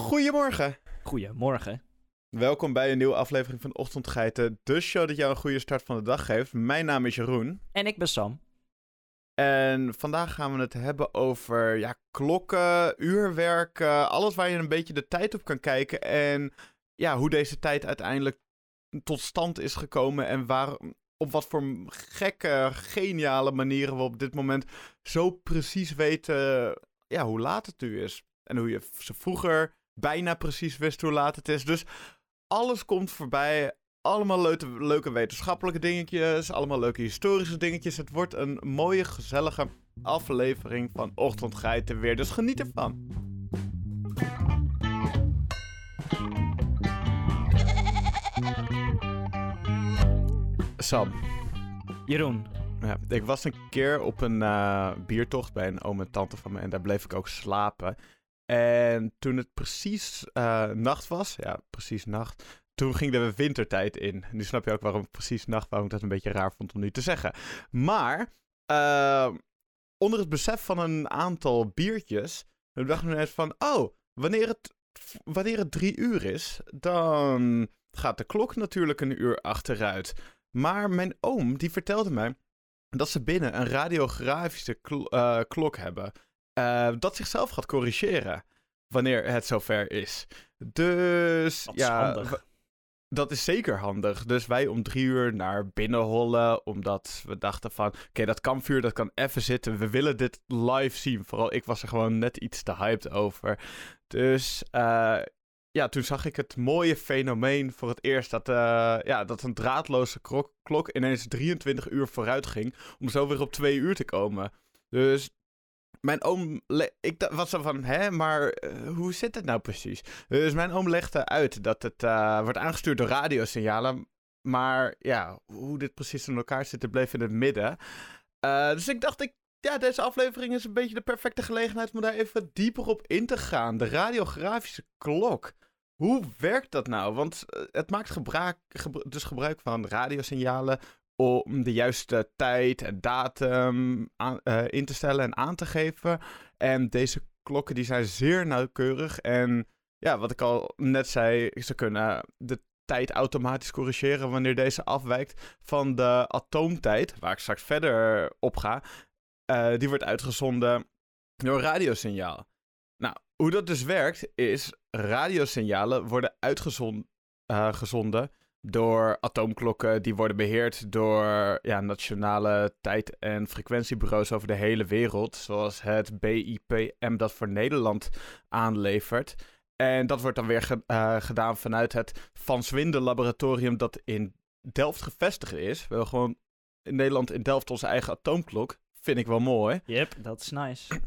Goedemorgen. Goedemorgen. Welkom bij een nieuwe aflevering van Ochtendgeiten, de show dat jou een goede start van de dag geeft. Mijn naam is Jeroen. En ik ben Sam. En vandaag gaan we het hebben over klokken, uurwerken, alles waar je een beetje de tijd op kan kijken. En hoe deze tijd uiteindelijk tot stand is gekomen en op wat voor gekke, geniale manieren we op dit moment zo precies weten hoe laat het nu is. En hoe je ze vroeger bijna precies wist hoe laat het is. Dus alles komt voorbij. Allemaal leuke wetenschappelijke dingetjes. Allemaal leuke historische dingetjes. Het wordt een mooie, gezellige aflevering van Ochtendgeiten weer. Dus geniet ervan. Sam. Jeroen. Ja, ik was een keer op een biertocht bij een oom en tante van me. En daar bleef ik ook slapen. En toen het precies nacht was, precies nacht, toen ging de wintertijd in. Nu snap je ook waarom precies nacht, waarom ik dat een beetje raar vond om nu te zeggen. Maar onder het besef van een aantal biertjes, toen dacht ik net van, wanneer het 3 uur is, dan gaat de klok natuurlijk een uur achteruit. Maar mijn oom, die vertelde mij dat ze binnen een radiografische klok hebben. Dat zichzelf gaat corrigeren wanneer het zover is. Dus dat is handig. Dat is zeker handig. Dus wij om 3 uur naar binnen hollen, omdat we dachten van, oké, dat kampvuur, dat kan even zitten. We willen dit live zien. Vooral ik was er gewoon net iets te hyped over. Dus toen zag ik het mooie fenomeen voor het eerst dat een draadloze klok ineens 23 uur vooruit ging om zo weer op 2 uur te komen. Dus mijn oom, ik was zo van, maar hoe zit het nou precies? Dus mijn oom legde uit dat het wordt aangestuurd door radiosignalen. Maar hoe dit precies in elkaar zit, het bleef in het midden. Dus ik dacht, deze aflevering is een beetje de perfecte gelegenheid om daar even dieper op in te gaan. De radiografische klok. Hoe werkt dat nou? Want het maakt gebruik van radiosignalen om de juiste tijd en datum in te stellen en aan te geven. En deze klokken die zijn zeer nauwkeurig. En wat ik al net zei, ze kunnen de tijd automatisch corrigeren wanneer deze afwijkt van de atoomtijd, waar ik straks verder op ga. Die wordt uitgezonden door radiosignaal. Nou, hoe dat dus werkt is, radiosignalen worden uitgezonden door atoomklokken. Die worden beheerd door nationale tijd- en frequentiebureaus over de hele wereld. Zoals het BIPM dat voor Nederland aanlevert. En dat wordt dan weer gedaan vanuit het Van Swinde laboratorium dat in Delft gevestigd is. We hebben gewoon in Nederland in Delft onze eigen atoomklok. Vind ik wel mooi. Yep, dat is nice.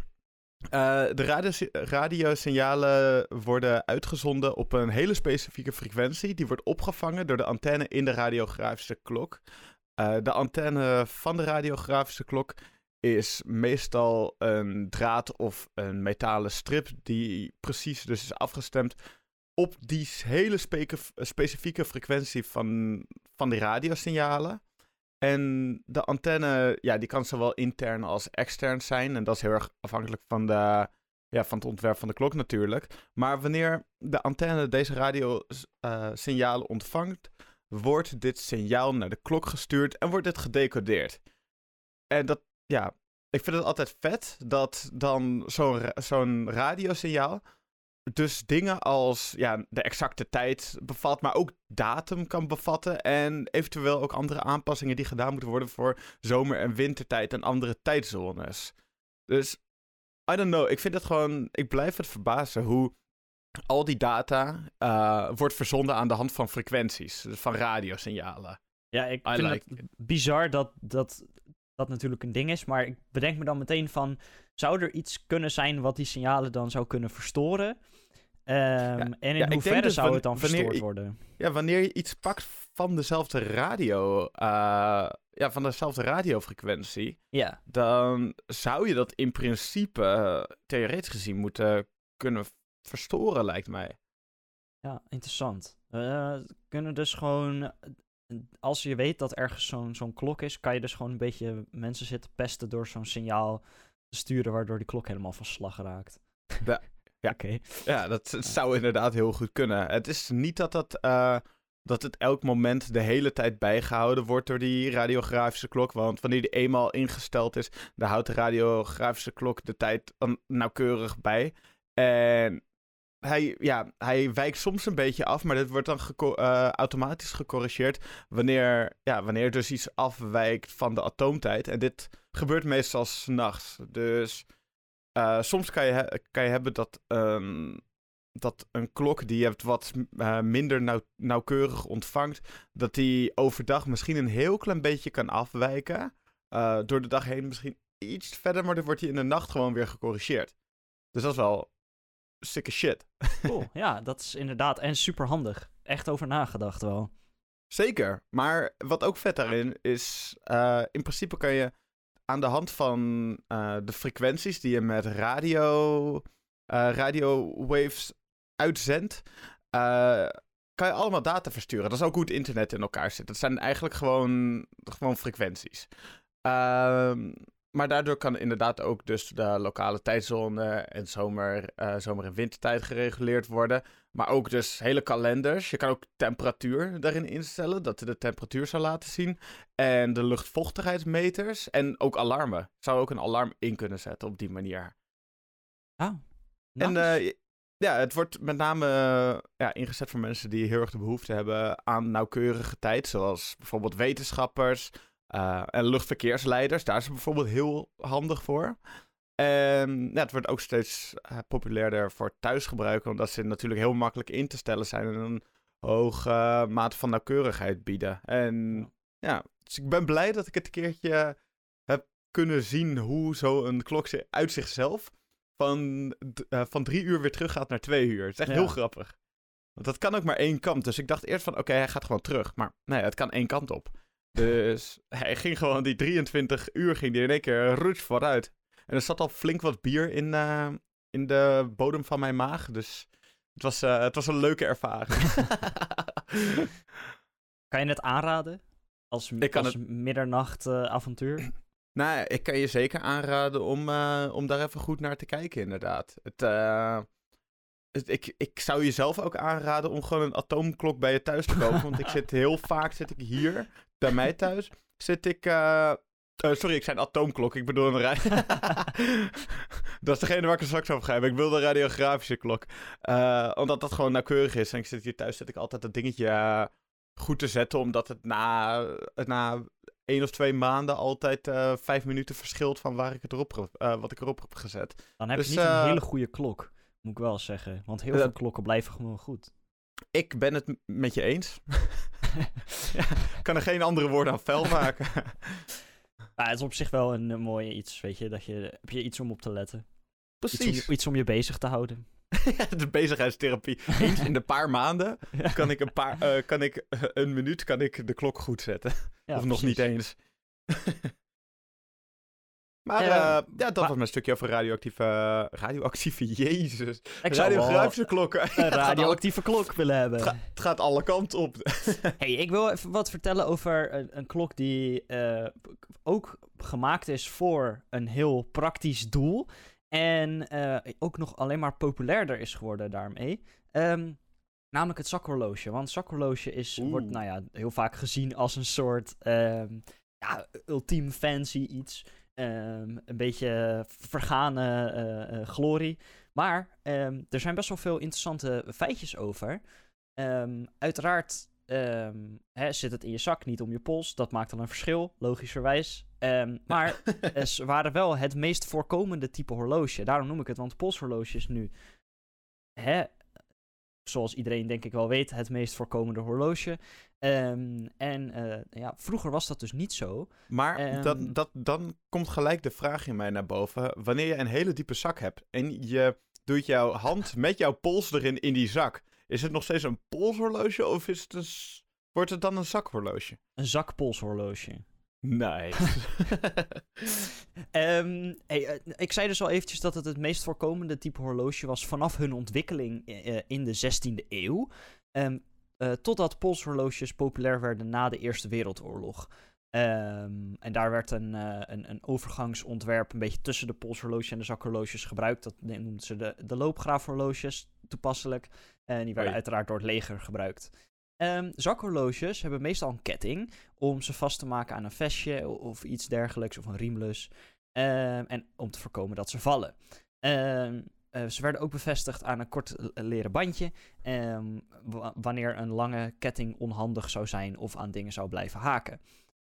De radiosignalen worden uitgezonden op een hele specifieke frequentie. Die wordt opgevangen door de antenne in de radiografische klok. De antenne van de radiografische klok is meestal een draad of een metalen strip die precies dus is afgestemd op die hele specifieke frequentie van die radiosignalen. En de antenne, die kan zowel intern als extern zijn. En dat is heel erg afhankelijk van het ontwerp van de klok natuurlijk. Maar wanneer de antenne deze radiosignalen ontvangt, wordt dit signaal naar de klok gestuurd en wordt dit gedecodeerd. En ik vind het altijd vet dat dan zo'n radiosignaal dus dingen als de exacte tijd bevat, maar ook datum kan bevatten. En eventueel ook andere aanpassingen die gedaan moeten worden voor zomer- en wintertijd en andere tijdzones. Dus, I don't know, ik vind het gewoon, ik blijf het verbazen hoe al die data wordt verzonden aan de hand van frequenties, dus van radiosignalen. Ja, ik vind het bizar dat natuurlijk een ding is, maar ik bedenk me dan meteen van, zou er iets kunnen zijn wat die signalen dan zou kunnen verstoren? En in hoeverre zou het dan verstoord worden? Ja, wanneer je iets pakt van dezelfde radio, van dezelfde radiofrequentie, dan zou je dat in principe theoretisch gezien moeten kunnen verstoren, lijkt mij. Ja, interessant. Kunnen dus gewoon, als je weet dat ergens zo'n klok is, kan je dus gewoon een beetje mensen zitten pesten door zo'n signaal te sturen, waardoor die klok helemaal van slag raakt. Ja. Oké. Ja, dat zou inderdaad heel goed kunnen. Het is niet dat het elk moment de hele tijd bijgehouden wordt door die radiografische klok. Want wanneer die eenmaal ingesteld is, dan houdt de radiografische klok de tijd nauwkeurig bij. En hij wijkt soms een beetje af, maar dit wordt dan automatisch gecorrigeed wanneer dus iets afwijkt van de atoomtijd. En dit gebeurt meestal 's nachts. Dus soms kan je hebben dat een klok die je hebt wat minder nauwkeurig ontvangt, dat die overdag misschien een heel klein beetje kan afwijken. Door de dag heen misschien iets verder, maar dan wordt die in de nacht gewoon weer gecorrigeerd. Dus dat is wel sikke shit. Cool, ja, dat is inderdaad en super handig. Echt over nagedacht wel. Zeker, maar wat ook vet daarin is, in principe kan je aan de hand van de frequenties die je met radio waves uitzendt, kan je allemaal data versturen. Dat is ook hoe het internet in elkaar zit. Dat zijn eigenlijk gewoon frequenties. Maar daardoor kan inderdaad ook dus de lokale tijdzone en zomer- en wintertijd gereguleerd worden. Maar ook dus hele kalenders. Je kan ook temperatuur daarin instellen, dat de temperatuur zou laten zien. En de luchtvochtigheidsmeters en ook alarmen. Ik zou ook een alarm in kunnen zetten op die manier. Ah, nice. En het wordt met name ingezet voor mensen die heel erg de behoefte hebben aan nauwkeurige tijd. Zoals bijvoorbeeld wetenschappers en luchtverkeersleiders. Daar is het bijvoorbeeld heel handig voor. En het wordt ook steeds populairder voor thuisgebruik, omdat ze natuurlijk heel makkelijk in te stellen zijn en een hoge mate van nauwkeurigheid bieden. En dus ik ben blij dat ik het een keertje heb kunnen zien hoe zo'n klok uit zichzelf van 3 uur weer terug gaat naar 2 uur. Het is echt heel grappig. Want dat kan ook maar één kant. Dus ik dacht eerst van, oké, hij gaat gewoon terug. Maar nee, het kan één kant op. Dus hij ging gewoon die 23 uur ging die in één keer ruts vooruit. En er zat al flink wat bier in de bodem van mijn maag. Dus het was een leuke ervaring. Kan je het aanraden? Als middernacht avontuur? Nou, ik kan je zeker aanraden om daar even goed naar te kijken, inderdaad. Ik zou je zelf ook aanraden om gewoon een atoomklok bij je thuis te kopen. Want heel vaak zit ik hier, bij mij thuis, sorry, ik zei een atoomklok. Ik bedoel een dat is degene waar ik er straks over ga hebben. Ik wil de radiografische klok. Omdat dat gewoon nauwkeurig is. En ik zit hier thuis, zit ik altijd dat dingetje goed te zetten. Omdat het na 1 of 2 maanden altijd 5 minuten verschilt van wat ik erop heb gezet. Dan heb je niet een hele goede klok, moet ik wel zeggen. Want heel veel klokken blijven gewoon goed. Ik ben het met je eens. Ik kan er geen andere woorden aan vuil maken. Het is op zich wel een mooie iets, weet je. Heb je iets om op te letten. Precies. Iets om je bezig te houden. De bezigheidstherapie. Eens in de paar maanden kan ik een minuut de klok goed zetten. Ja, of nog niet eens. Maar dat was mijn stukje over radioactieve Jezus. Radiografische klokken. Een radioactieve klok willen hebben. Het gaat alle kanten op. Hey, ik wil even wat vertellen over een klok die ook gemaakt is voor een heel praktisch doel. En ook nog alleen maar populairder is geworden daarmee. Namelijk het zakhorloge. Want het zakhorloge wordt heel vaak gezien als een soort ultiem fancy iets. Een beetje vergane glorie. Maar er zijn best wel veel interessante feitjes over. Uiteraard zit het in je zak, niet om je pols. Dat maakt dan een verschil, logischerwijs. Maar ze waren wel het meest voorkomende type horloge. Daarom noem ik het, want polshorloge is nu, zoals iedereen denk ik wel weet, het meest voorkomende horloge. Vroeger was dat dus niet zo. Maar dan komt gelijk de vraag in mij naar boven. Wanneer je een hele diepe zak hebt en je doet jouw hand met jouw pols erin in die zak, is het nog steeds een polshorloge of wordt het dan een zakhorloge? Een zakpolshorloge. Nice. Ik zei dus al eventjes dat het meest voorkomende type horloge was vanaf hun ontwikkeling in de 16e eeuw. Totdat polshorloges populair werden na de Eerste Wereldoorlog. En daar werd een overgangsontwerp een beetje tussen de polshorloge en de zakhorloges gebruikt. Dat noemden ze de loopgraafhorloges toepasselijk. En die werden uiteraard door het leger gebruikt. Zakhorloges hebben meestal een ketting om ze vast te maken aan een vestje of iets dergelijks, of een riemlus. En om te voorkomen dat ze vallen. Ze werden ook bevestigd aan een kort leren bandje. Wanneer een lange ketting onhandig zou zijn of aan dingen zou blijven haken.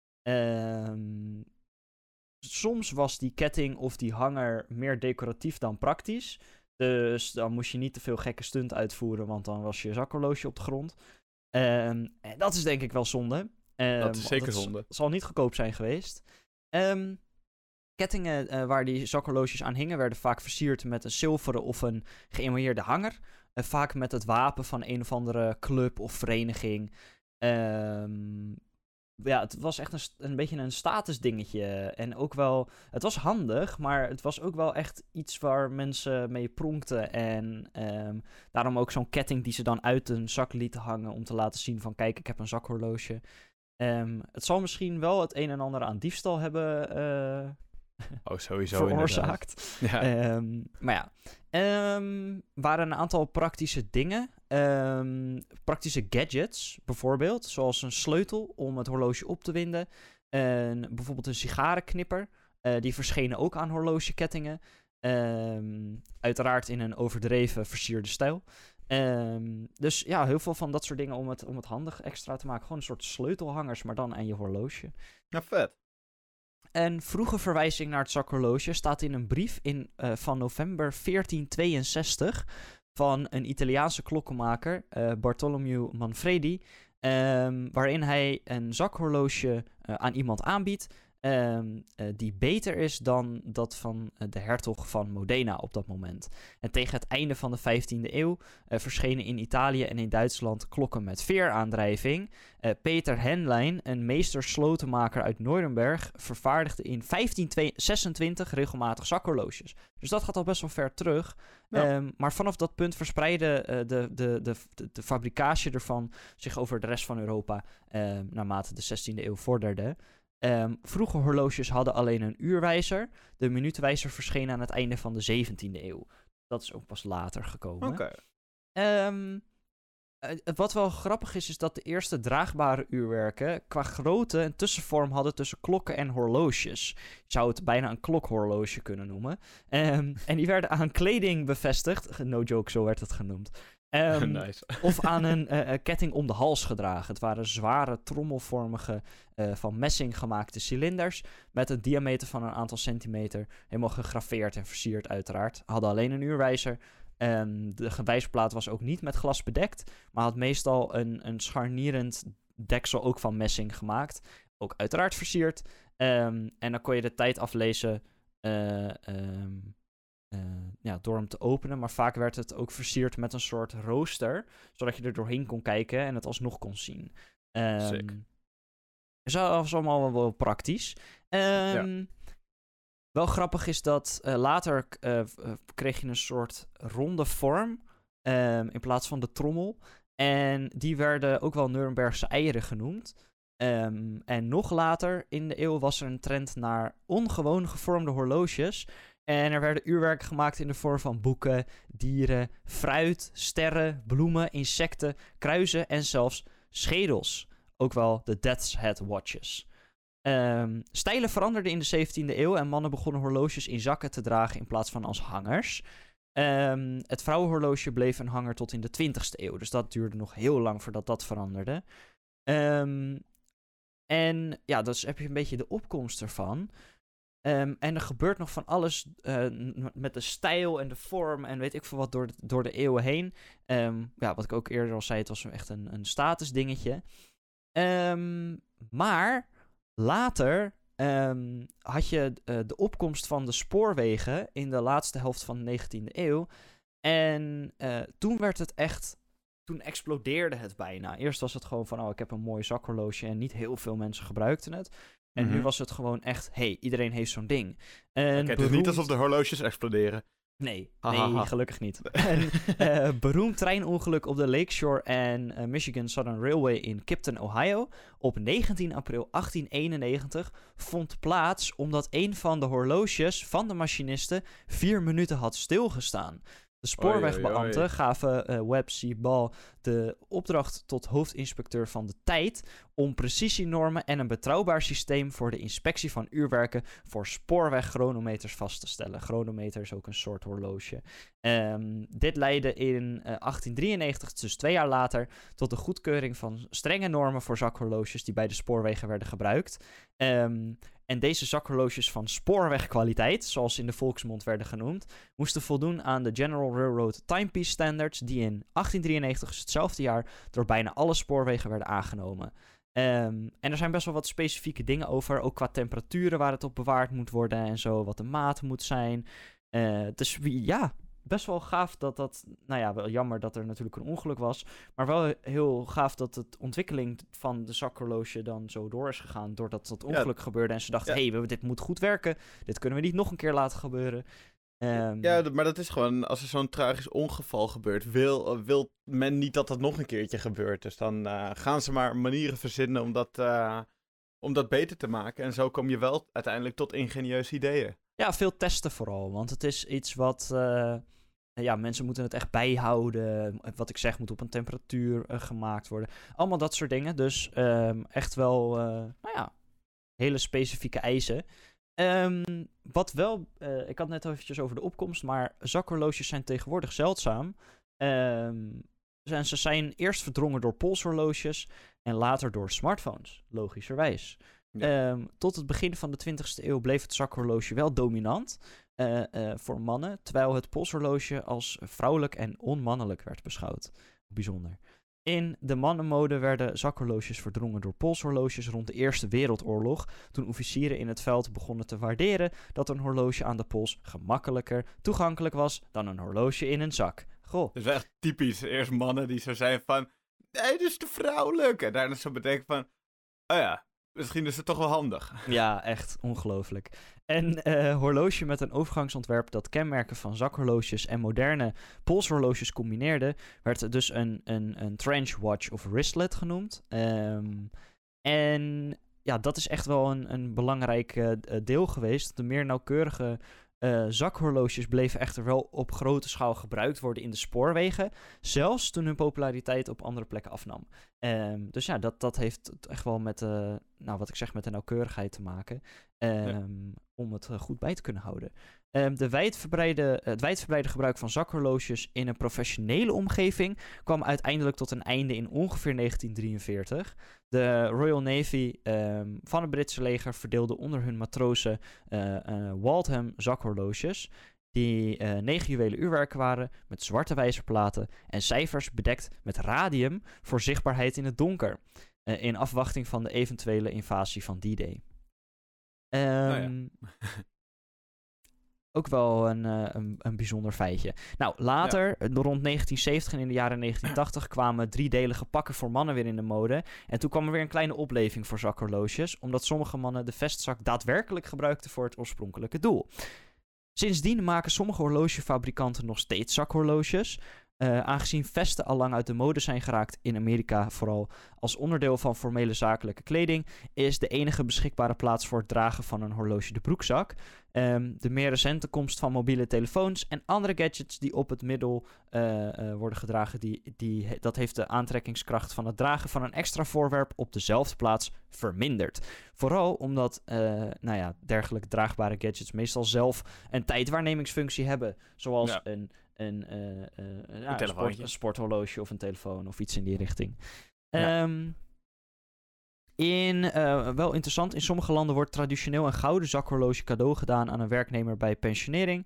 Soms was die ketting of die hanger meer decoratief dan praktisch. Dus dan moest je niet te veel gekke stunt uitvoeren, want dan was je zakhorloge op de grond. En dat is denk ik wel zonde. Dat is zeker zonde. Het zal niet goedkoop zijn geweest. Kettingen waar die zakhorloges aan hingen werden vaak versierd met een zilveren of een geëmailleerde hanger. Vaak met het wapen van een of andere club of vereniging. Het was echt een beetje een statusdingetje. En ook wel, het was handig, maar het was ook wel echt iets waar mensen mee pronkten. En daarom ook zo'n ketting die ze dan uit een zak lieten hangen om te laten zien van, kijk, ik heb een zakhorloge. Het zal misschien wel het een en ander aan diefstal hebben sowieso veroorzaakt. Ja. Maar ja, waren een aantal praktische dingen. Praktische gadgets, bijvoorbeeld, zoals een sleutel om het horloge op te winden. Bijvoorbeeld een sigarenknipper. Die verschenen ook aan horlogekettingen. Uiteraard in een overdreven versierde stijl. Dus ja, heel veel van dat soort dingen om het handig extra te maken. Gewoon een soort sleutelhangers, maar dan aan je horloge. Ja, vet. Een vroege verwijzing naar het zakhorloge staat in een brief van november 1462 van een Italiaanse klokkenmaker, Bartolomeo Manfredi, waarin hij een zakhorloge aan iemand aanbiedt die beter is dan dat van de hertog van Modena op dat moment. En tegen het einde van de 15e eeuw verschenen in Italië en in Duitsland klokken met veeraandrijving. Peter Henlein, een meesterslotenmaker uit Nuremberg, vervaardigde in 1526 regelmatig zakhorloges. Dus dat gaat al best wel ver terug. Ja. Maar vanaf dat punt verspreidde de fabricage ervan zich over de rest van Europa naarmate de 16e eeuw vorderde. Vroege horloges hadden alleen een uurwijzer. De minuutwijzer verscheen aan het einde van de 17e eeuw. Dat is ook pas later gekomen. Oké. Wat wel grappig is dat de eerste draagbare uurwerken qua grootte een tussenvorm hadden tussen klokken en horloges. Je zou het bijna een klokhorloge kunnen noemen. En die werden aan kleding bevestigd. No joke, zo werd het genoemd. Nice. Of aan een ketting om de hals gedragen. Het waren zware, trommelvormige, van messing gemaakte cilinders met een diameter van een aantal centimeter. Helemaal gegraveerd en versierd uiteraard. Hadden alleen een uurwijzer. De wijzerplaat was ook niet met glas bedekt, maar had meestal een scharnierend deksel ook van messing gemaakt. Ook uiteraard versierd. En dan kon je de tijd aflezen door hem te openen. Maar vaak werd het ook versierd met een soort rooster, zodat je er doorheen kon kijken en het alsnog kon zien. Sick. Dus dat was allemaal wel praktisch. Wel grappig is dat later kreeg je een soort ronde vorm in plaats van de trommel. En die werden ook wel Nurembergse eieren genoemd. En nog later in de eeuw was er een trend naar ongewoon gevormde horloges. En er werden uurwerken gemaakt in de vorm van boeken, dieren, fruit, sterren, bloemen, insecten, kruisen en zelfs schedels. Ook wel de Death's Head Watches. Stijlen veranderden in de 17e eeuw en mannen begonnen horloges in zakken te dragen in plaats van als hangers. Het vrouwenhorloge bleef een hanger tot in de 20e eeuw, dus dat duurde nog heel lang voordat dat veranderde. En ja, dus heb je een beetje de opkomst ervan. En er gebeurt nog van alles met de stijl en de vorm en weet ik veel wat door de eeuwen heen. Wat ik ook eerder al zei, het was echt een statusdingetje. Maar later had je de opkomst van de spoorwegen in de laatste helft van de 19e eeuw. En toen werd het echt... Toen explodeerde het bijna. Eerst was het gewoon van, ik heb een mooi zakhorloge en niet heel veel mensen gebruikten het. En nu was het gewoon echt, iedereen heeft zo'n ding. Het is niet alsof de horloges exploderen. Nee, Hahaha. gelukkig niet. Een beroemd treinongeluk op de Lakeshore en Michigan Southern Railway in Kipton, Ohio, op 19 april 1891 vond plaats omdat een van de horloges van de machinisten 4 minuten had stilgestaan. De spoorwegbeambten gaven Webb C. Ball de opdracht tot hoofdinspecteur van de tijd om precisienormen en een betrouwbaar systeem voor de inspectie van uurwerken voor spoorwegchronometers vast te stellen. Chronometer is ook een soort horloge. Dit leidde in 1893, dus 2 jaar later, tot de goedkeuring van strenge normen voor zakhorloges die bij de spoorwegen werden gebruikt. En deze zakhorloges van spoorwegkwaliteit, zoals in de volksmond werden genoemd, moesten voldoen aan de General Railroad Timepiece Standards, die in 1893, dus hetzelfde jaar, door bijna alle spoorwegen werden aangenomen. En er zijn best wel wat specifieke dingen over, ook qua temperaturen waar het op bewaard moet worden en zo, wat de maat moet zijn. Dus ja, best wel gaaf dat... Nou ja, wel jammer dat er natuurlijk een ongeluk was. Maar wel heel gaaf dat de ontwikkeling van de zakhorloge dan zo door is gegaan. Doordat dat ongeluk gebeurde. En ze dachten, hey, dit moet goed werken. Dit kunnen we niet nog een keer laten gebeuren. Maar dat is gewoon... Als er zo'n tragisch ongeval gebeurt... Wil men niet dat dat nog een keertje gebeurt. Dus dan gaan ze maar manieren verzinnen om dat beter te maken. En zo kom je wel uiteindelijk tot ingenieuze ideeën. Ja, veel testen vooral. Want het is iets wat... mensen moeten het echt bijhouden. Wat ik zeg, moet op een temperatuur gemaakt worden. Allemaal dat soort dingen. Dus echt wel, hele specifieke eisen. Wat wel... ik had net eventjes over de opkomst, maar zakhorloges zijn tegenwoordig zeldzaam. En ze zijn eerst verdrongen door polshorloges en later door smartphones, logischerwijs. Ja. Tot het begin van de 20e eeuw bleef het zakhorloge wel dominant voor mannen, terwijl het polshorloge als vrouwelijk en onmannelijk werd beschouwd. Bijzonder. In de mannenmode werden zakhorloges verdrongen door polshorloges rond de Eerste Wereldoorlog, toen officieren in het veld begonnen te waarderen dat een horloge aan de pols gemakkelijker toegankelijk was dan een horloge in een zak. Goh. Dat is echt typisch. Eerst mannen die zo zijn van, nee, dit is te vrouwelijk. En daarna zo bedenken van, oh ja, misschien is het toch wel handig. Ja, echt ongelooflijk. Een horloge met een overgangsontwerp dat kenmerken van zakhorloges en moderne polshorloges combineerde, werd dus een trench watch of wristlet genoemd. En ja, dat is echt wel een belangrijk deel geweest. De meer nauwkeurige zakhorloges bleven echter wel op grote schaal gebruikt worden in de spoorwegen, zelfs toen hun populariteit op andere plekken afnam. Dus ja, dat heeft echt wel met, wat ik zeg, met de nauwkeurigheid te maken, om het goed bij te kunnen houden. Het wijdverbreide gebruik van zakhorloges in een professionele omgeving kwam uiteindelijk tot een einde in ongeveer 1943. De Royal Navy van het Britse leger verdeelde onder hun matrozen Waltham zakhorloges, die 9 juwelen uurwerken waren met zwarte wijzerplaten en cijfers bedekt met radium voor zichtbaarheid in het donker, in afwachting van de eventuele invasie van D-Day. Ook wel een bijzonder feitje. Nou, later, rond 1970 en in de jaren 1980, kwamen driedelige pakken voor mannen weer in de mode. En toen kwam er weer een kleine opleving voor zakhorloges, omdat sommige mannen de vestzak daadwerkelijk gebruikten voor het oorspronkelijke doel. Sindsdien maken sommige horlogefabrikanten nog steeds zakhorloges. Aangezien vesten al lang uit de mode zijn geraakt in Amerika, vooral als onderdeel van formele zakelijke kleding, is de enige beschikbare plaats voor het dragen van een horloge de broekzak. De meer recente komst van mobiele telefoons en andere gadgets die op het middel worden gedragen, dat heeft de aantrekkingskracht van het dragen van een extra voorwerp op dezelfde plaats verminderd. Vooral omdat dergelijke draagbare gadgets meestal zelf een tijdwaarnemingsfunctie hebben, zoals een sporthorloge of een telefoon of iets in die richting. Wel interessant, in sommige landen wordt traditioneel een gouden zakhorloge cadeau gedaan aan een werknemer bij pensionering.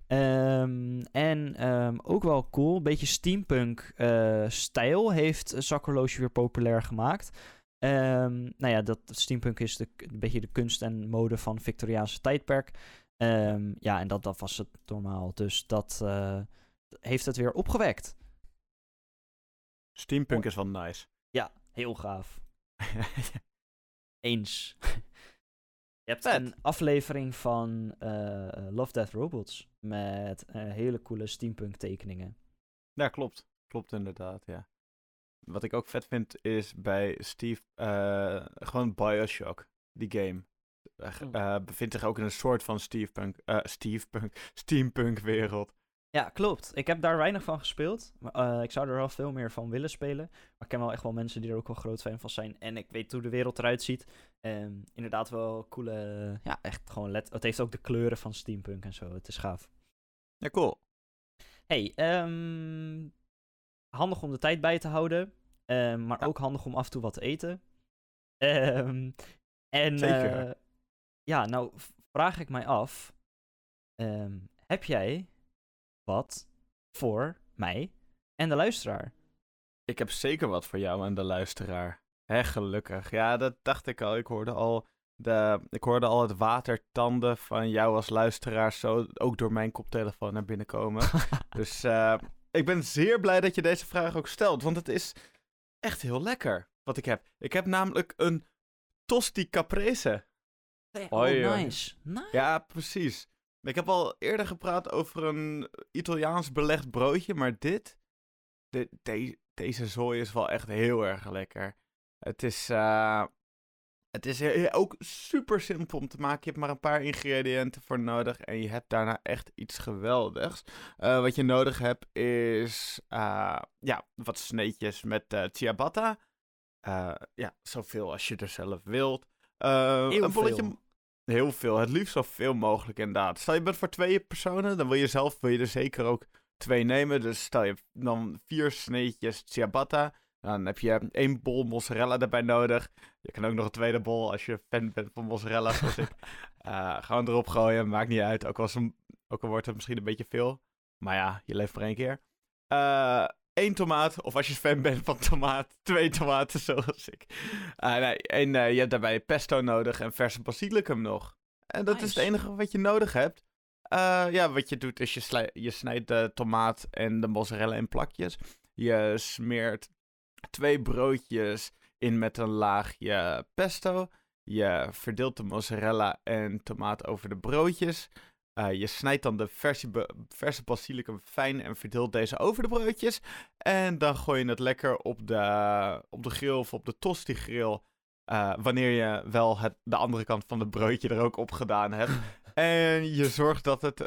Ook wel cool, een beetje steampunk stijl heeft zakhorloge weer populair gemaakt. Dat steampunk is een beetje de kunst en mode van Victoriaanse tijdperk. En dat was het normaal. Dus dat heeft het weer opgewekt. Steampunk is wel nice. Ja, heel gaaf. Eens. Je hebt Vet. een aflevering van Love, Death, Robots met hele coole steampunk tekeningen. Ja, klopt. Klopt inderdaad, ja. Wat ik ook vet vind is bij Steve, gewoon BioShock, die game. Bevindt zich ook in een soort van steampunk wereld. Ja, klopt. Ik heb daar weinig van gespeeld. Maar, ik zou er wel veel meer van willen spelen. Maar ik ken wel echt wel mensen die er ook wel groot fan van zijn. En ik weet hoe de wereld eruit ziet. Inderdaad wel coole... ja, echt gewoon... Het heeft ook de kleuren van steampunk en zo. Het is gaaf. Ja, cool. Hey, handig om de tijd bij te houden. Maar ook handig om af en toe wat te eten. Zeker. Ja, nou vraag ik mij af. Heb jij wat voor mij en de luisteraar? Ik heb zeker wat voor jou en de luisteraar. Hè, gelukkig. Ja, dat dacht ik al. Ik hoorde al het watertanden van jou als luisteraar zo ook door mijn koptelefoon naar binnen komen. Dus ik ben zeer blij dat je deze vraag ook stelt, want het is echt heel lekker wat ik heb. Ik heb namelijk een tosti caprese. Nice. Nice. Ja, precies. Ik heb al eerder gepraat over een Italiaans belegd broodje, maar deze zooi is wel echt heel erg lekker. Het is ook super simpel om te maken. Je hebt maar een paar ingrediënten voor nodig en je hebt daarna echt iets geweldigs. Wat je nodig hebt is wat sneetjes met ciabatta. Zoveel als je er zelf wilt. Een bolletje... Veel. Heel veel. Het liefst zoveel mogelijk inderdaad. Stel je bent voor 2 personen, dan wil je er zeker ook 2 nemen. Dus stel je dan 4 sneetjes ciabatta. Dan heb je 1 bol mozzarella erbij nodig. Je kan ook nog een tweede bol als je fan bent van mozzarella zoals ik. Gewoon erop gooien, maakt niet uit. Ook al wordt het misschien een beetje veel. Maar ja, je leeft maar 1 keer. 1 tomaat, of als je fan bent van tomaat, 2 tomaten zoals ik. Je hebt daarbij pesto nodig en verse basilicum nog. En dat is het enige wat je nodig hebt. Wat je doet is je snijdt de tomaat en de mozzarella in plakjes. Je smeert 2 broodjes in met een laagje pesto. Je verdeelt de mozzarella en tomaat over de broodjes. Je snijdt dan de verse basilicum fijn en verdeelt deze over de broodjes. En dan gooi je het lekker op de grill of op de tosti grill. Wanneer je wel de andere kant van het broodje er ook op gedaan hebt. En je zorgt dat het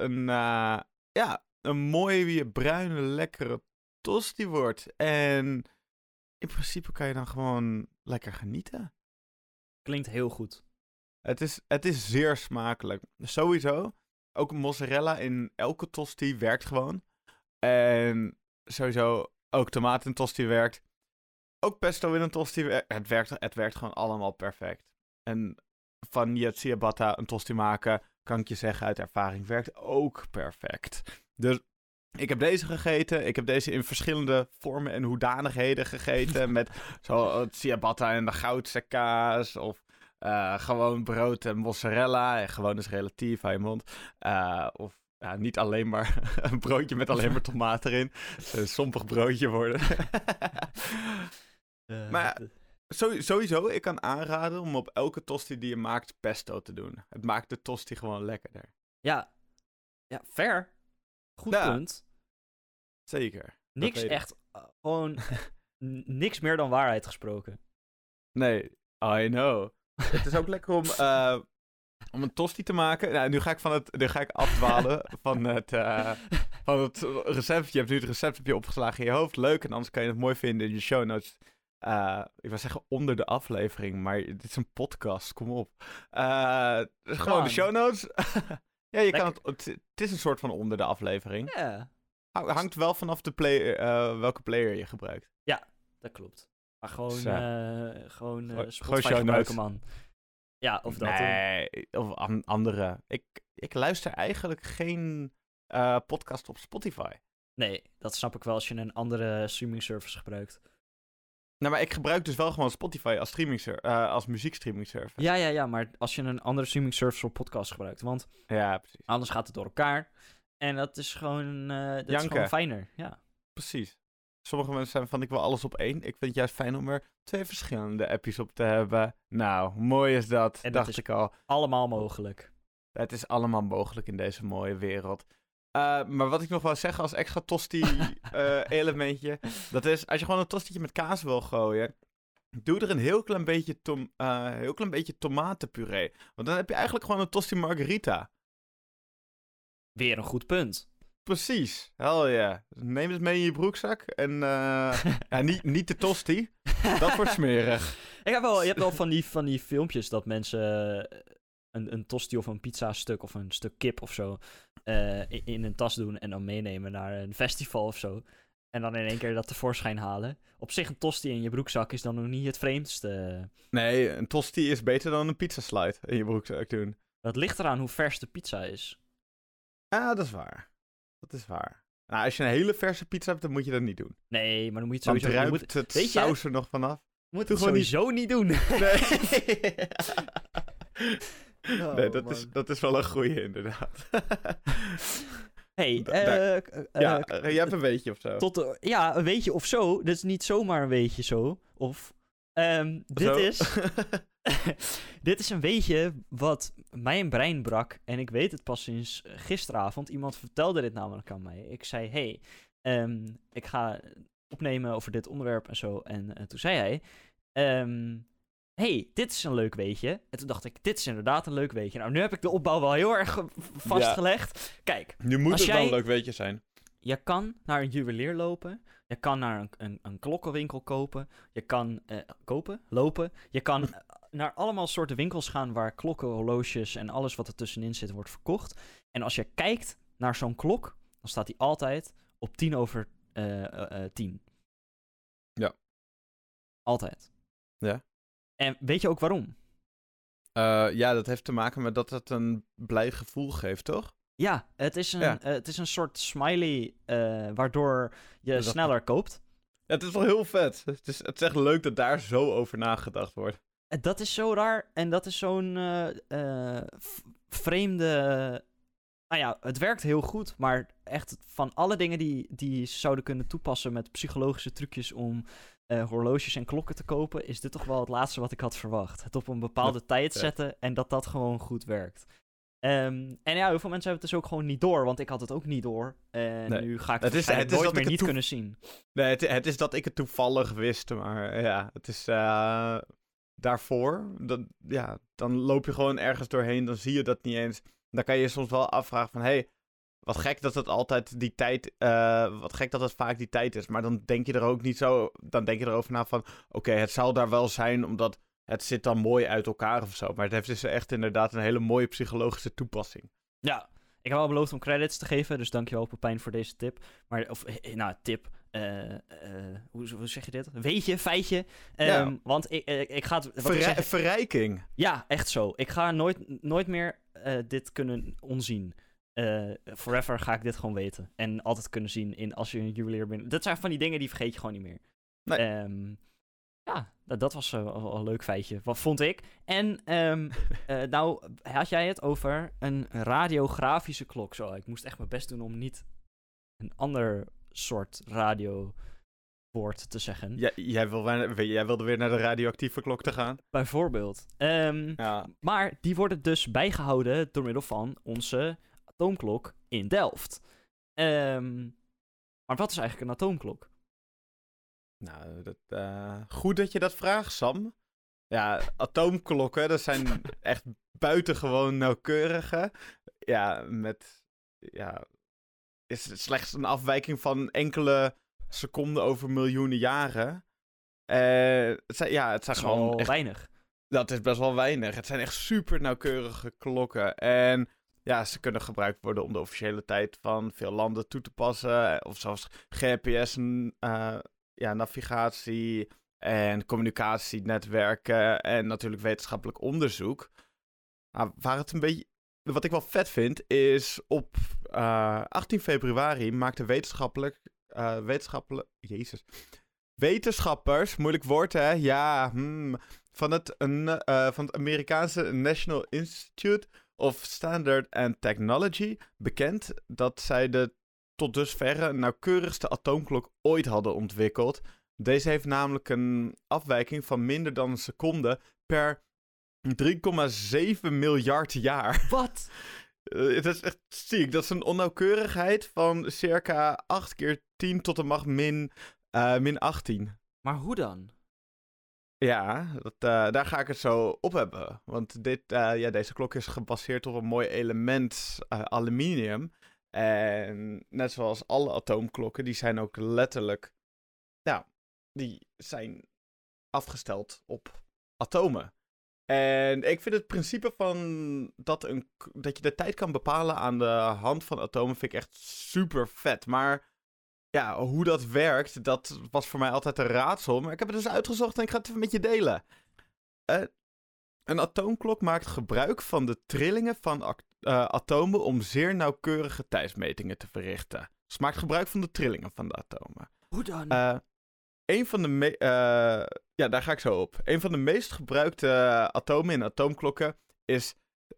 een mooie, bruine, lekkere tosti wordt. En in principe kan je dan gewoon lekker genieten. Klinkt heel goed. Het is zeer smakelijk. Sowieso. Ook mozzarella in elke tosti werkt gewoon. En sowieso ook tomaat in tosti werkt. Ook pesto in een tosti werkt. Het werkt gewoon allemaal perfect. En van je ciabatta een tosti maken, kan ik je zeggen uit ervaring, werkt ook perfect. Dus ik heb deze gegeten. Ik heb deze in verschillende vormen en hoedanigheden gegeten. Met zo ciabatta en de goudse kaas. Of gewoon brood en mozzarella. En gewoon is relatief, hou je mond. Of niet alleen maar een broodje met alleen maar tomaat erin. Een sompig broodje worden. Maar sowieso, ik kan aanraden om op elke tosti die je maakt pesto te doen. Het maakt de tosti gewoon lekkerder. Ja, fair. Goed punt. Zeker. Niks echt, gewoon niks meer dan waarheid gesproken. Nee, I know. Het is ook lekker om een tosti te maken. Nou, nu ga ik afdwalen van het recept. Je hebt nu het recept opgeslagen in je hoofd. Leuk, en anders kan je het mooi vinden in je show notes. Ik wil zeggen onder de aflevering, maar dit is een podcast, kom op. Gewoon de show notes. Ja, je kan het is een soort van onder de aflevering. Ja. Hangt wel vanaf de welke player je gebruikt. Ja, dat klopt. Maar gewoon Spotify show gebruiken, notes. man. Ja, of dat. Nee, of andere. Ik luister eigenlijk geen podcast op Spotify. Nee, dat snap ik wel als je een andere streaming service gebruikt. Nou, maar ik gebruik dus wel gewoon Spotify als als muziekstreaming service. Ja, maar als je een andere streaming service voor podcast gebruikt, want Ja, precies. anders gaat het door elkaar. En dat is gewoon, gewoon fijner, ja. Precies. Sommige mensen zijn van, ik wil alles op 1. Ik vind het juist fijn om er 2 verschillende appjes op te hebben. Nou, mooi is dat, En dacht dat is ik al. allemaal mogelijk. Het is allemaal mogelijk in deze mooie wereld. Maar wat ik nog wou zeggen als extra tosti-elementje... dat is, als je gewoon een tostietje met kaas wil gooien... doe er een heel klein beetje tomatenpuree. Want dan heb je eigenlijk gewoon een tosti margarita. Weer een goed punt. Precies, hell yeah. Neem het mee in je broekzak en ja, niet de tosti. Dat wordt smerig. Je hebt wel van die filmpjes dat mensen een tosti of een pizza-stuk of een stuk kip of zo in een tas doen en dan meenemen naar een festival of zo. En dan in één keer dat tevoorschijn halen. Op zich een tosti in je broekzak is dan nog niet het vreemdste. Nee, een tosti is beter dan een pizzaslide in je broekzak doen. Dat ligt eraan hoe vers de pizza is. Ah, dat is waar. Dat is waar. Nou, als je een hele verse pizza hebt, dan moet je dat niet doen. Nee, maar dan moet je Dan het sowieso... druipt het saus er nog vanaf. Moet het sowieso niet doen. Nee, Oh, nee man. dat is wel een goeie, inderdaad. Hey, je hebt een weetje of zo. een weetje of zo. Dat is niet zomaar een weetje zo. Of... dit is een weetje wat mijn brein brak. En ik weet het pas sinds gisteravond. Iemand vertelde dit namelijk aan mij. Ik zei, ik ga opnemen over dit onderwerp en zo. En toen zei hij... dit is een leuk weetje. En toen dacht ik, dit is inderdaad een leuk weetje. Nou, nu heb ik de opbouw wel heel erg vastgelegd. Ja. Kijk. Nu moet het wel een leuk weetje zijn. Je kan naar een juwelier lopen. Je kan naar een klokkenwinkel kopen. Je kan lopen. Je kan naar allemaal soorten winkels gaan waar klokken, horloges en alles wat er tussenin zit wordt verkocht. En als je kijkt naar zo'n klok, dan staat die altijd op 10:10. Ja. Altijd. Ja. En weet je ook waarom? Ja, dat heeft te maken met dat het een blij gevoel geeft, toch? Ja, het is een soort smiley waardoor je sneller koopt. Ja, het is wel heel vet. Het is echt leuk dat daar zo over nagedacht wordt. Dat is zo raar en dat is zo'n vreemde... Nou ja, het werkt heel goed, maar echt van alle dingen die zouden kunnen toepassen met psychologische trucjes om horloges en klokken te kopen, is dit toch wel het laatste wat ik had verwacht. Het op een bepaalde tijd zetten en dat gewoon goed werkt. En ja, heel veel mensen hebben het dus ook gewoon niet door, want ik had het ook niet door. En nu ga ik het waarschijnlijk nooit meer niet kunnen zien. Nee, het is dat ik het toevallig wist, maar ja, het is daarvoor. Dan loop je gewoon ergens doorheen, dan zie je dat niet eens. Dan kan je je soms wel afvragen van, wat gek dat het altijd die tijd, wat gek dat het vaak die tijd is. Maar dan denk je er ook niet zo, dan denk je erover na van, oké, het zal daar wel zijn, omdat het zit dan mooi uit elkaar of zo. Maar het heeft dus echt inderdaad een hele mooie psychologische toepassing. Ja, ik heb al beloofd om credits te geven, dus dankjewel Pepijn voor deze tip. Maar, tip, hoe zeg je dit? Weetje, feitje. Want ik ga het... Verrijking. Ja, echt zo. Ik ga nooit meer dit kunnen onzien. Forever ga ik dit gewoon weten. En altijd kunnen zien als je een juwelier bent. Dat zijn van die dingen die vergeet je gewoon niet meer. Nee. Ja, dat was een leuk feitje. Wat vond ik. En nou had jij het over een radiografische klok. Zo, ik moest echt mijn best doen om niet een ander soort radiowoord te zeggen. Ja, jij wilde weer naar de radioactieve klok te gaan? Bijvoorbeeld. Ja. Maar die worden dus bijgehouden door middel van onze atoomklok in Delft. Maar wat is eigenlijk een atoomklok? Nou, goed dat je dat vraagt, Sam. Ja, atoomklokken, dat zijn echt buitengewoon nauwkeurige. Ja, is slechts een afwijking van enkele seconden over miljoenen jaren. Het zijn gewoon echt weinig. Dat is best wel weinig. Het zijn echt super nauwkeurige klokken. En ja, ze kunnen gebruikt worden om de officiële tijd van veel landen toe te passen. Of zoals GPS, navigatie en communicatienetwerken en natuurlijk wetenschappelijk onderzoek. Waar het een beetje... Wat ik wel vet vind, is op 18 februari maakte wetenschappers, moeilijk woord hè, ja, van het Amerikaanse National Institute of Standard and Technology bekend dat zij de tot dusverre nauwkeurigste atoomklok ooit hadden ontwikkeld. Deze heeft namelijk een afwijking van minder dan een seconde per 3,7 miljard jaar. Wat? Het is echt ziek. Dat is een onnauwkeurigheid van circa 8 keer 10 tot de macht min 18. Maar hoe dan? Ja, daar ga ik het zo op hebben. Want deze klok is gebaseerd op een mooi element, aluminium. En net zoals alle atoomklokken, die zijn ook letterlijk... Ja, die zijn afgesteld op atomen. En ik vind het principe van dat je de tijd kan bepalen aan de hand van atomen vind ik echt super vet. Maar ja, hoe dat werkt, dat was voor mij altijd een raadsel. Maar ik heb het dus uitgezocht en ik ga het even met je delen. Een atoomklok maakt gebruik van de trillingen van atomen om zeer nauwkeurige tijdsmetingen te verrichten. Dus maakt gebruik van de trillingen van de atomen. Hoe dan? Daar ga ik zo op. Een van de meest gebruikte atomen in atoomklokken is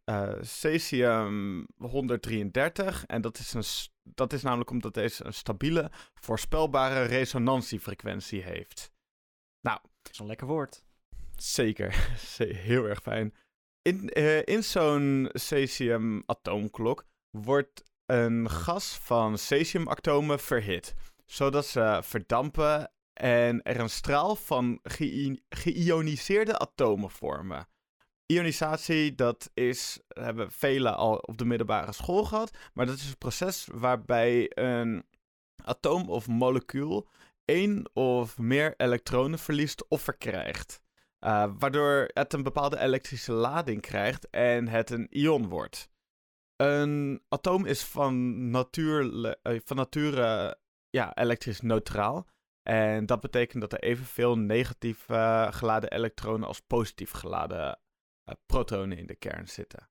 cesium-133. En dat is namelijk omdat deze een stabiele, voorspelbare resonantiefrequentie heeft. Nou, dat is een lekker woord. Zeker, heel erg fijn. In zo'n cesium-atoomklok wordt een gas van cesiumatomen verhit, zodat ze verdampen en er een straal van geïoniseerde atomen vormen. Ionisatie, hebben velen al op de middelbare school gehad, maar dat is een proces waarbij een atoom of molecuul 1 of meer elektronen verliest of verkrijgt. Waardoor het een bepaalde elektrische lading krijgt en het een ion wordt. Een atoom is van nature elektrisch neutraal. En dat betekent dat er evenveel negatief geladen elektronen als positief geladen protonen in de kern zitten.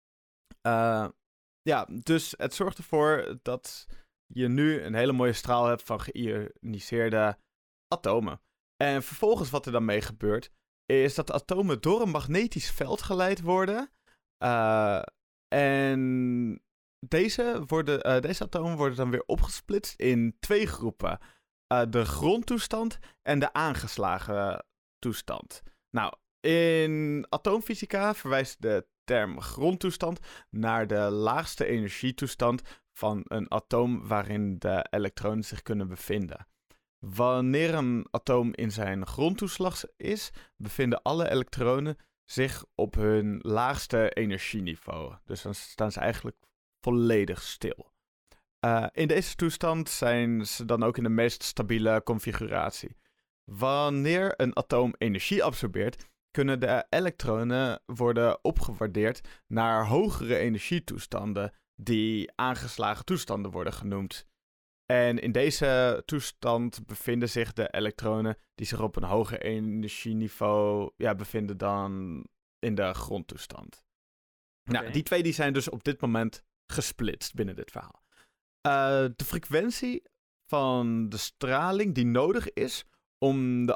Dus het zorgt ervoor dat je nu een hele mooie straal hebt van geïoniseerde atomen. En vervolgens wat er dan mee gebeurt, is dat de atomen door een magnetisch veld geleid worden. En deze atomen worden dan weer opgesplitst in 2 groepen. De grondtoestand en de aangeslagen toestand. Nou, in atoomfysica verwijst de term grondtoestand naar de laagste energietoestand van een atoom waarin de elektronen zich kunnen bevinden. Wanneer een atoom in zijn grondtoeslag is, bevinden alle elektronen zich op hun laagste energieniveau. Dus dan staan ze eigenlijk volledig stil. In deze toestand zijn ze dan ook in de meest stabiele configuratie. Wanneer een atoom energie absorbeert, kunnen de elektronen worden opgewaardeerd naar hogere energietoestanden, die aangeslagen toestanden worden genoemd. En in deze toestand bevinden zich de elektronen die zich op een hoger energieniveau bevinden dan in de grondtoestand. Okay. Nou, die 2 zijn dus op dit moment gesplitst binnen dit verhaal. De frequentie van de straling die nodig is om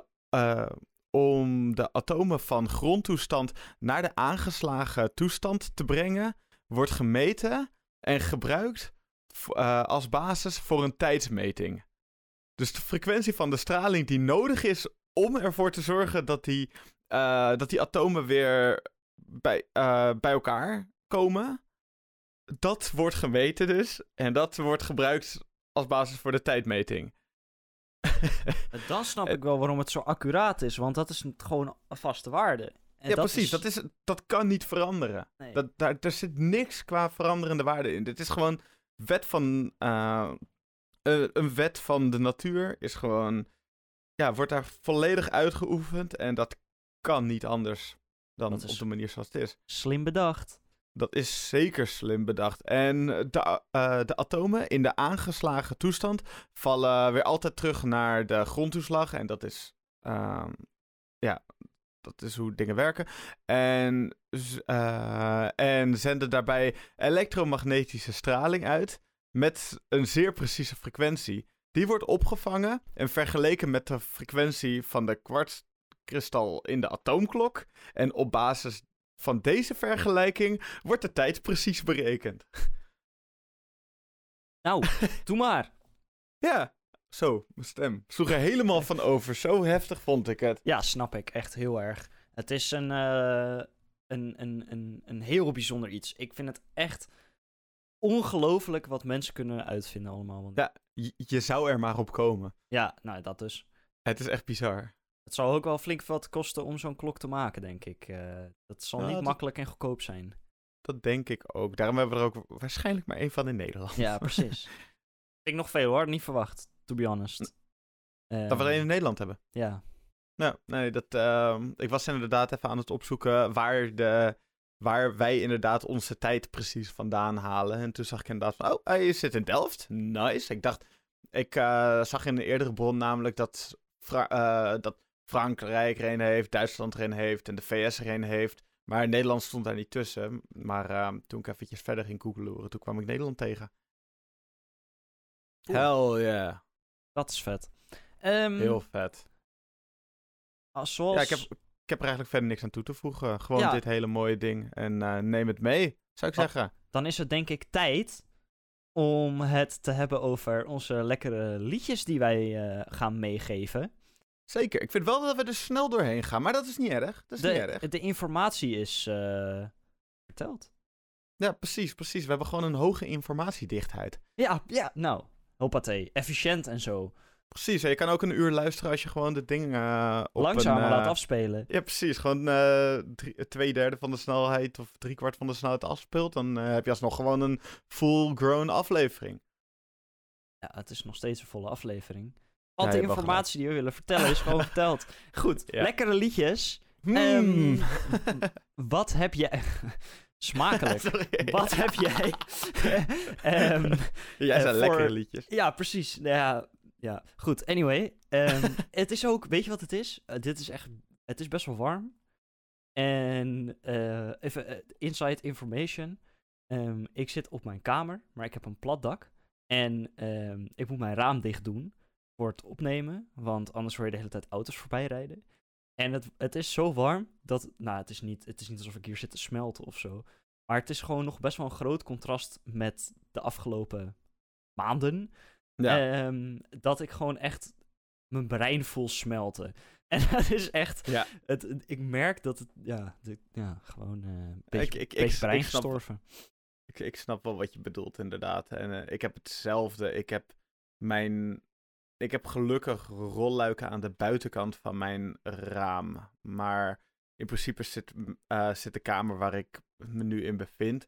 de atomen van grondtoestand naar de aangeslagen toestand te brengen, wordt gemeten en gebruikt als basis voor een tijdsmeting. Dus de frequentie van de straling die nodig is om ervoor te zorgen dat die atomen weer bij elkaar komen, dat wordt gemeten dus. En dat wordt gebruikt als basis voor de tijdmeting. Dan snap ik wel waarom het zo accuraat is, want dat is gewoon een vaste waarde. En precies. Dat kan niet veranderen. Nee. Er zit niks qua veranderende waarde in. Dit is gewoon een wet van de natuur is gewoon, wordt daar volledig uitgeoefend en dat kan niet anders dan op de manier zoals het is. Slim bedacht. Dat is zeker slim bedacht. En de atomen in de aangeslagen toestand vallen weer altijd terug naar de grondtoeslag en dat is, dat is hoe dingen werken. En zenden daarbij elektromagnetische straling uit met een zeer precieze frequentie. Die wordt opgevangen en vergeleken met de frequentie van de kwartskristal in de atoomklok. En op basis van deze vergelijking wordt de tijd precies berekend. Nou, doe maar. Ja, zo, mijn stem. Sloeg er helemaal van over. Zo heftig vond ik het. Ja, snap ik. Echt heel erg. Het is een heel bijzonder iets. Ik vind het echt ongelooflijk wat mensen kunnen uitvinden allemaal. Want... Ja, je zou er maar op komen. Ja, nou, dat dus. Het is echt bizar. Het zal ook wel flink wat kosten om zo'n klok te maken, denk ik. Dat zal niet makkelijk en goedkoop zijn. Dat denk ik ook. Daarom hebben we er ook waarschijnlijk maar één van in Nederland. Ja, precies. Ik nog veel hoor, niet verwacht, to be honest. Dat we er één in Nederland hebben? Ja. Nou, nee, ik was inderdaad even aan het opzoeken waar wij inderdaad onze tijd precies vandaan halen. En toen zag ik inderdaad van, oh, hij zit in Delft. Nice. Ik zag in een eerdere bron namelijk dat Frankrijk er een heeft, Duitsland er een heeft en de VS er een heeft. Maar Nederland stond daar niet tussen. Maar toen ik eventjes verder ging googlen, toen kwam ik Nederland tegen. Hell yeah. Dat is vet. Heel vet. Zoals... Ja, ik heb er eigenlijk verder niks aan toe te voegen. Gewoon dit hele mooie ding. En neem het mee, zou ik zeggen. Dan is het denk ik tijd om het te hebben over onze lekkere liedjes die wij gaan meegeven. Zeker. Ik vind wel dat we er snel doorheen gaan, maar dat is niet erg. De informatie is verteld. Ja, precies. We hebben gewoon een hoge informatiedichtheid. Ja, nou. Hoppatee. Efficiënt en zo. Precies, je kan ook een uur luisteren als je gewoon de dingen langzamer laat afspelen. Ja, precies. Gewoon 2/3 van de snelheid of 3/4 van de snelheid afspeelt. Dan heb je alsnog gewoon een full-grown aflevering. Ja, het is nog steeds een volle aflevering. Want de informatie die we willen vertellen is gewoon verteld. Goed, lekkere liedjes. Wat heb jij... Smakelijk. Sorry. Wat heb jij... Jij zijn lekkere liedjes. Ja, precies. Ja, goed. Anyway. Het is ook... Weet je wat het is? Het is best wel warm. En even inside information. Ik zit op mijn kamer, maar ik heb een plat dak. En ik moet mijn raam dicht doen voor het opnemen. Want anders hoor je de hele tijd auto's voorbij rijden. En het is zo warm dat... Nou, het is niet alsof ik hier zit te smelten of zo. Maar het is gewoon nog best wel een groot contrast met de afgelopen maanden. Ja. Dat ik gewoon echt mijn brein voel smelten. En dat is echt... Ja. Ik merk dat het... gewoon een beetje brein gestorven. Ik snap wel wat je bedoelt, inderdaad. En ik heb hetzelfde. Ik heb gelukkig rolluiken aan de buitenkant van mijn raam. Maar in principe zit de kamer waar ik me nu in bevind...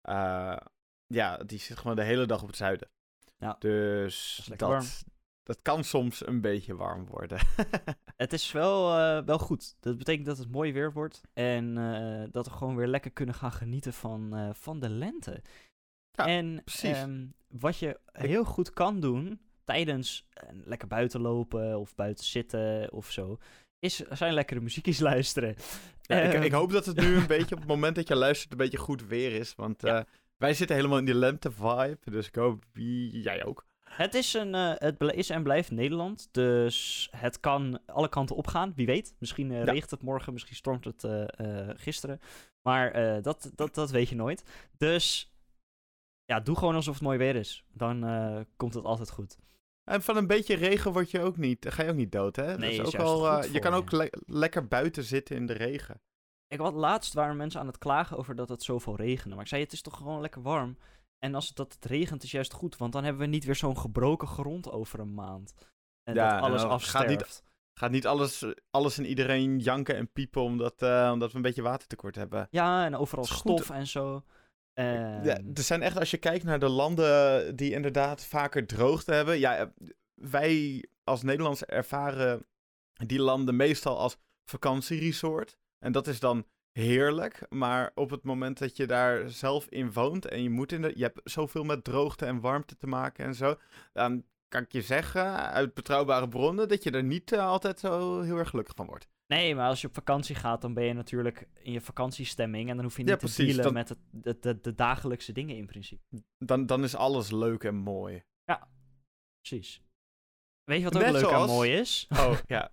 die zit gewoon de hele dag op het zuiden. Ja, dus dat kan soms een beetje warm worden. Het is wel goed. Dat betekent dat het mooi weer wordt. En dat we gewoon weer lekker kunnen gaan genieten van de lente. Ja, en precies. Wat je heel goed kan doen... tijdens lekker buiten lopen of buiten zitten of zo... zijn lekkere muziekjes luisteren. Ja, ik hoop dat het nu een beetje op het moment dat je luistert... een beetje goed weer is. Want wij zitten helemaal in die lente-vibe. Dus ik hoop jij ook. Het is en blijft Nederland. Dus het kan alle kanten opgaan. Wie weet. Misschien regent het morgen. Misschien stormt het gisteren. Maar dat weet je nooit. Dus ja, doe gewoon alsof het mooi weer is. Dan komt het altijd goed. En van een beetje regen ga je ook niet dood, hè? Nee, dat is ook je kan ook lekker buiten zitten in de regen. Laatst waren mensen aan het klagen over dat het zoveel regende. Maar ik zei, het is toch gewoon lekker warm. En als het regent is juist goed, want dan hebben we niet weer zo'n gebroken grond over een maand. En dat alles afsterft. Gaat niet alles en iedereen janken en piepen omdat we een beetje watertekort hebben. Ja, en overal stof en zo. Ja, er zijn echt, als je kijkt naar de landen die inderdaad vaker droogte hebben. Ja, wij als Nederlanders ervaren die landen meestal als vakantieresort. En dat is dan heerlijk. Maar op het moment dat je daar zelf in woont en je hebt zoveel met droogte en warmte te maken en zo. Dan kan ik je zeggen, uit betrouwbare bronnen, dat je er niet altijd zo heel erg gelukkig van wordt. Nee, maar als je op vakantie gaat, dan ben je natuurlijk in je vakantiestemming. En dan hoef je niet te dealen met de dagelijkse dingen in principe. Dan is alles leuk en mooi. Ja, precies. Weet je wat ook leuk en mooi is? Oh, ja.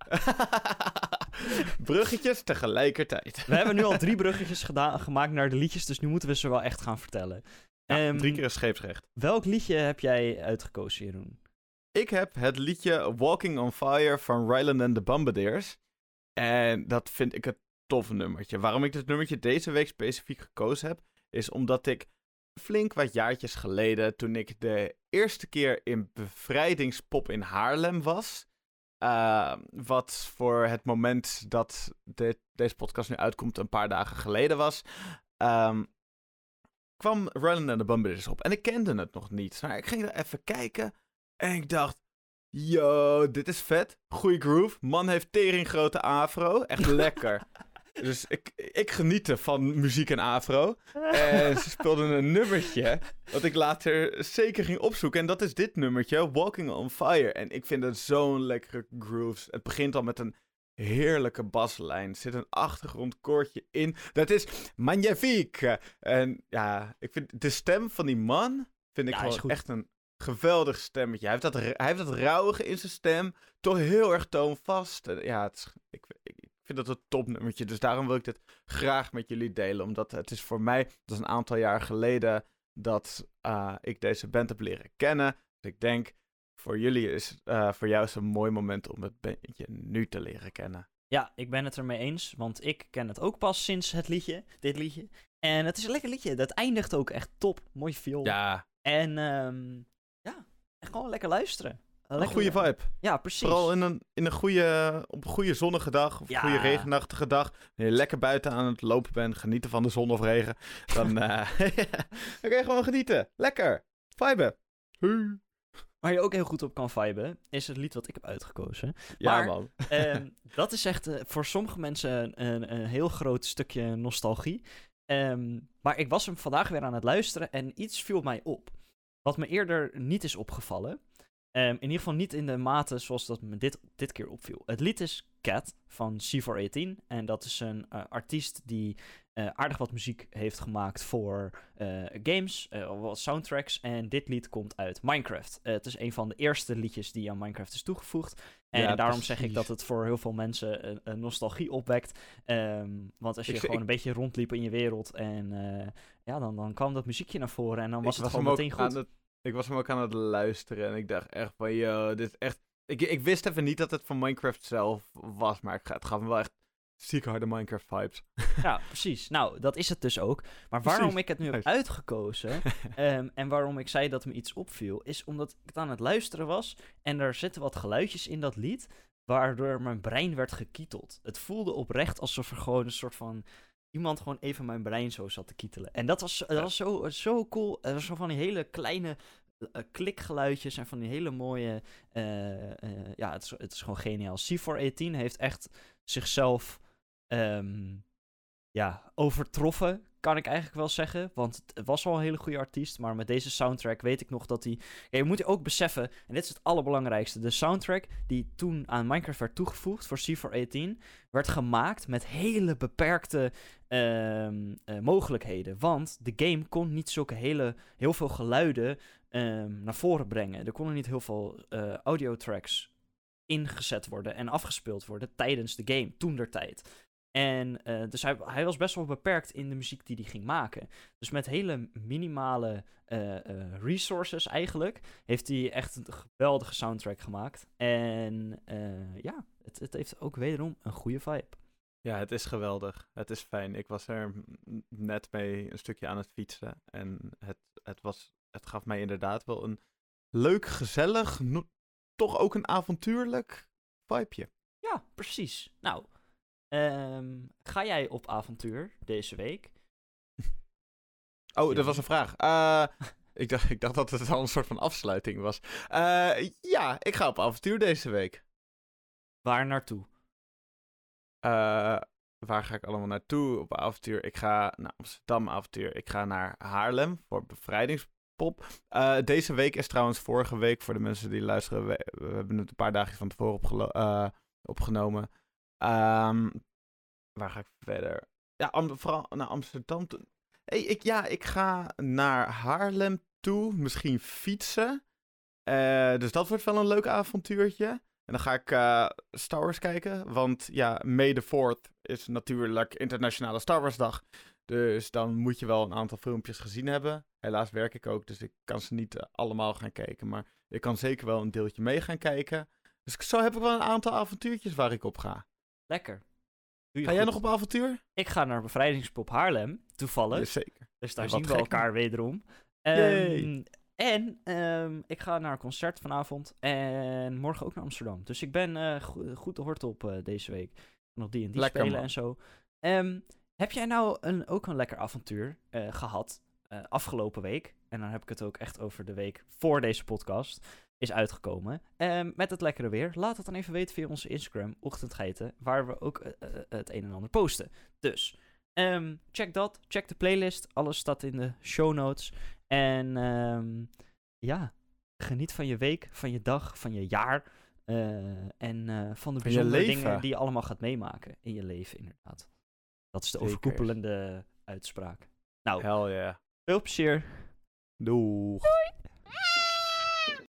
Bruggetjes tegelijkertijd. We hebben nu al 3 bruggetjes gemaakt naar de liedjes, dus nu moeten we ze wel echt gaan vertellen. Ja, 3 keer scheepsrecht. Welk liedje heb jij uitgekozen, Jeroen? Ik heb het liedje Walking on Fire van Ryland and the Bombardiers. En dat vind ik een tof nummertje. Waarom ik dit nummertje deze week specifiek gekozen heb, is omdat ik flink wat jaartjes geleden, toen ik de eerste keer in Bevrijdingspop in Haarlem was, wat voor het moment dat deze podcast nu uitkomt een paar dagen geleden was, kwam Ryland and the Bombardiers op. En ik kende het nog niet. Maar ik ging er even kijken en ik dacht, yo, dit is vet. Goeie groove. Man heeft teringgrote afro. Echt lekker. Dus ik geniet van muziek en afro. En ze speelden een nummertje dat ik later zeker ging opzoeken. En dat is dit nummertje, Walking on Fire. En ik vind het zo'n lekkere grooves. Het begint al met een heerlijke baslijn. Er zit een achtergrondkoortje in. Dat is magnifique. En ja, ik vind de stem van die man vind ik gewoon echt een geweldig stemmetje. Hij heeft dat rauwige in zijn stem. Toch heel erg toonvast. En ja, ik vind dat een topnummertje. Dus daarom wil ik dit graag met jullie delen. Omdat het is voor mij, dat is een aantal jaar geleden, dat ik deze band heb leren kennen. Dus ik denk, voor jullie voor jou is het een mooi moment om het bandje nu te leren kennen. Ja, ik ben het ermee eens. Want ik ken het ook pas sinds dit liedje. En het is een lekker liedje. Dat eindigt ook echt top. Mooi viool. Ja. En ja, echt gewoon lekker luisteren. Een goede vibe. Ja, precies. Vooral op een goede zonnige dag of een goede regenachtige dag. Wanneer je lekker buiten aan het lopen bent, genieten van de zon of regen. Dan, dan kan je gewoon genieten. Lekker. Viben. Waar je ook heel goed op kan viben, is het lied wat ik heb uitgekozen. Ja, maar, man. Dat is echt voor sommige mensen een heel groot stukje nostalgie. Maar ik was hem vandaag weer aan het luisteren en iets viel mij op. Wat me eerder niet is opgevallen. In ieder geval niet in de mate zoals dat me dit keer opviel. Het lied is Cat van C418. En dat is een artiest die aardig wat muziek heeft gemaakt voor games, wat soundtracks. En dit lied komt uit Minecraft. Het is een van de eerste liedjes die aan Minecraft is toegevoegd. En daarom precies. Zeg ik dat het voor heel veel mensen een nostalgie opwekt. Want als je gewoon een beetje rondliep in je wereld en dan kwam dat muziekje naar voren en dan was het gewoon meteen goed. Ik was hem ook aan het luisteren en ik dacht echt van, yo, dit is echt... Ik wist even niet dat het van Minecraft zelf was, maar het gaf me wel echt zieke harde Minecraft vibes. Ja, precies. Nou, dat is het dus ook. Maar waarom ik het nu heb uitgekozen en waarom ik zei dat me iets opviel, is omdat ik het aan het luisteren was en er zitten wat geluidjes in dat lied, waardoor mijn brein werd gekieteld. Het voelde oprecht alsof er gewoon een soort van... iemand gewoon even mijn brein zo zat te kietelen. En dat was zo cool. Het was zo van die hele kleine klikgeluidjes en van die hele mooie... het is gewoon geniaal. C418 heeft echt zichzelf overtroffen, kan ik eigenlijk wel zeggen. Want het was al een hele goede artiest, maar met deze soundtrack weet ik nog dat hij... Ja, je moet je ook beseffen, en dit is het allerbelangrijkste, de soundtrack die toen aan Minecraft werd toegevoegd voor C418, werd gemaakt met hele beperkte mogelijkheden. Want de game kon niet zulke heel veel geluiden naar voren brengen. Er konden niet heel veel audiotracks ingezet worden en afgespeeld worden tijdens de game, toentertijd. En dus hij was best wel beperkt in de muziek die hij ging maken. Dus met hele minimale resources eigenlijk heeft hij echt een geweldige soundtrack gemaakt. En het heeft ook wederom een goede vibe. Ja, het is geweldig. Het is fijn. Ik was er net mee een stukje aan het fietsen. En het gaf mij inderdaad wel een leuk, gezellig, toch ook een avontuurlijk vibeje. Ja, precies. Nou... ga jij op avontuur deze week? Oh, dat was een vraag. Ik dacht dat het al een soort van afsluiting was. Ja, ik ga op avontuur deze week. Waar naartoe? Waar ga ik allemaal naartoe op avontuur? Ik ga naar Amsterdam avontuur. Ik ga naar Haarlem voor Bevrijdingspop. Deze week is trouwens vorige week, voor de mensen die luisteren, we hebben het een paar dagen van tevoren opgenomen. Waar ga ik verder? Ja, vooral naar Amsterdam toe. Ik ga naar Haarlem toe. Misschien fietsen. Dus dat wordt wel een leuk avontuurtje. En dan ga ik Star Wars kijken. Want ja, May the 4th is natuurlijk Internationale Star Wars Dag. Dus dan moet je wel een aantal filmpjes gezien hebben. Helaas werk ik ook, dus ik kan ze niet allemaal gaan kijken. Maar ik kan zeker wel een deeltje mee gaan kijken. Dus zo heb ik wel een aantal avontuurtjes waar ik op ga. Lekker. Ga jij nog op avontuur? Ik ga naar Bevrijdingspop Haarlem, toevallig. Ja, zeker. Dus daar zien we elkaar wederom. En ik ga naar een concert vanavond. En morgen ook naar Amsterdam. Dus ik ben goed de hort op deze week. Nog die en die lekker, spelen man. en zo. Heb jij nou ook een lekker avontuur gehad afgelopen week? En dan heb ik het ook echt over de week voor deze podcast is uitgekomen. Met het lekkere weer. Laat het dan even weten via onze Instagram, Ochtendgeiten, waar we ook het een en ander posten. Dus check dat. Check de playlist. Alles staat in de show notes. En geniet van je week, van je dag, van je jaar. En van de bijzondere dingen die je allemaal gaat meemaken in je leven, inderdaad. Dat is de overkoepelende uitspraak. Nou, Hell yeah. veel plezier. Doeg. Doei.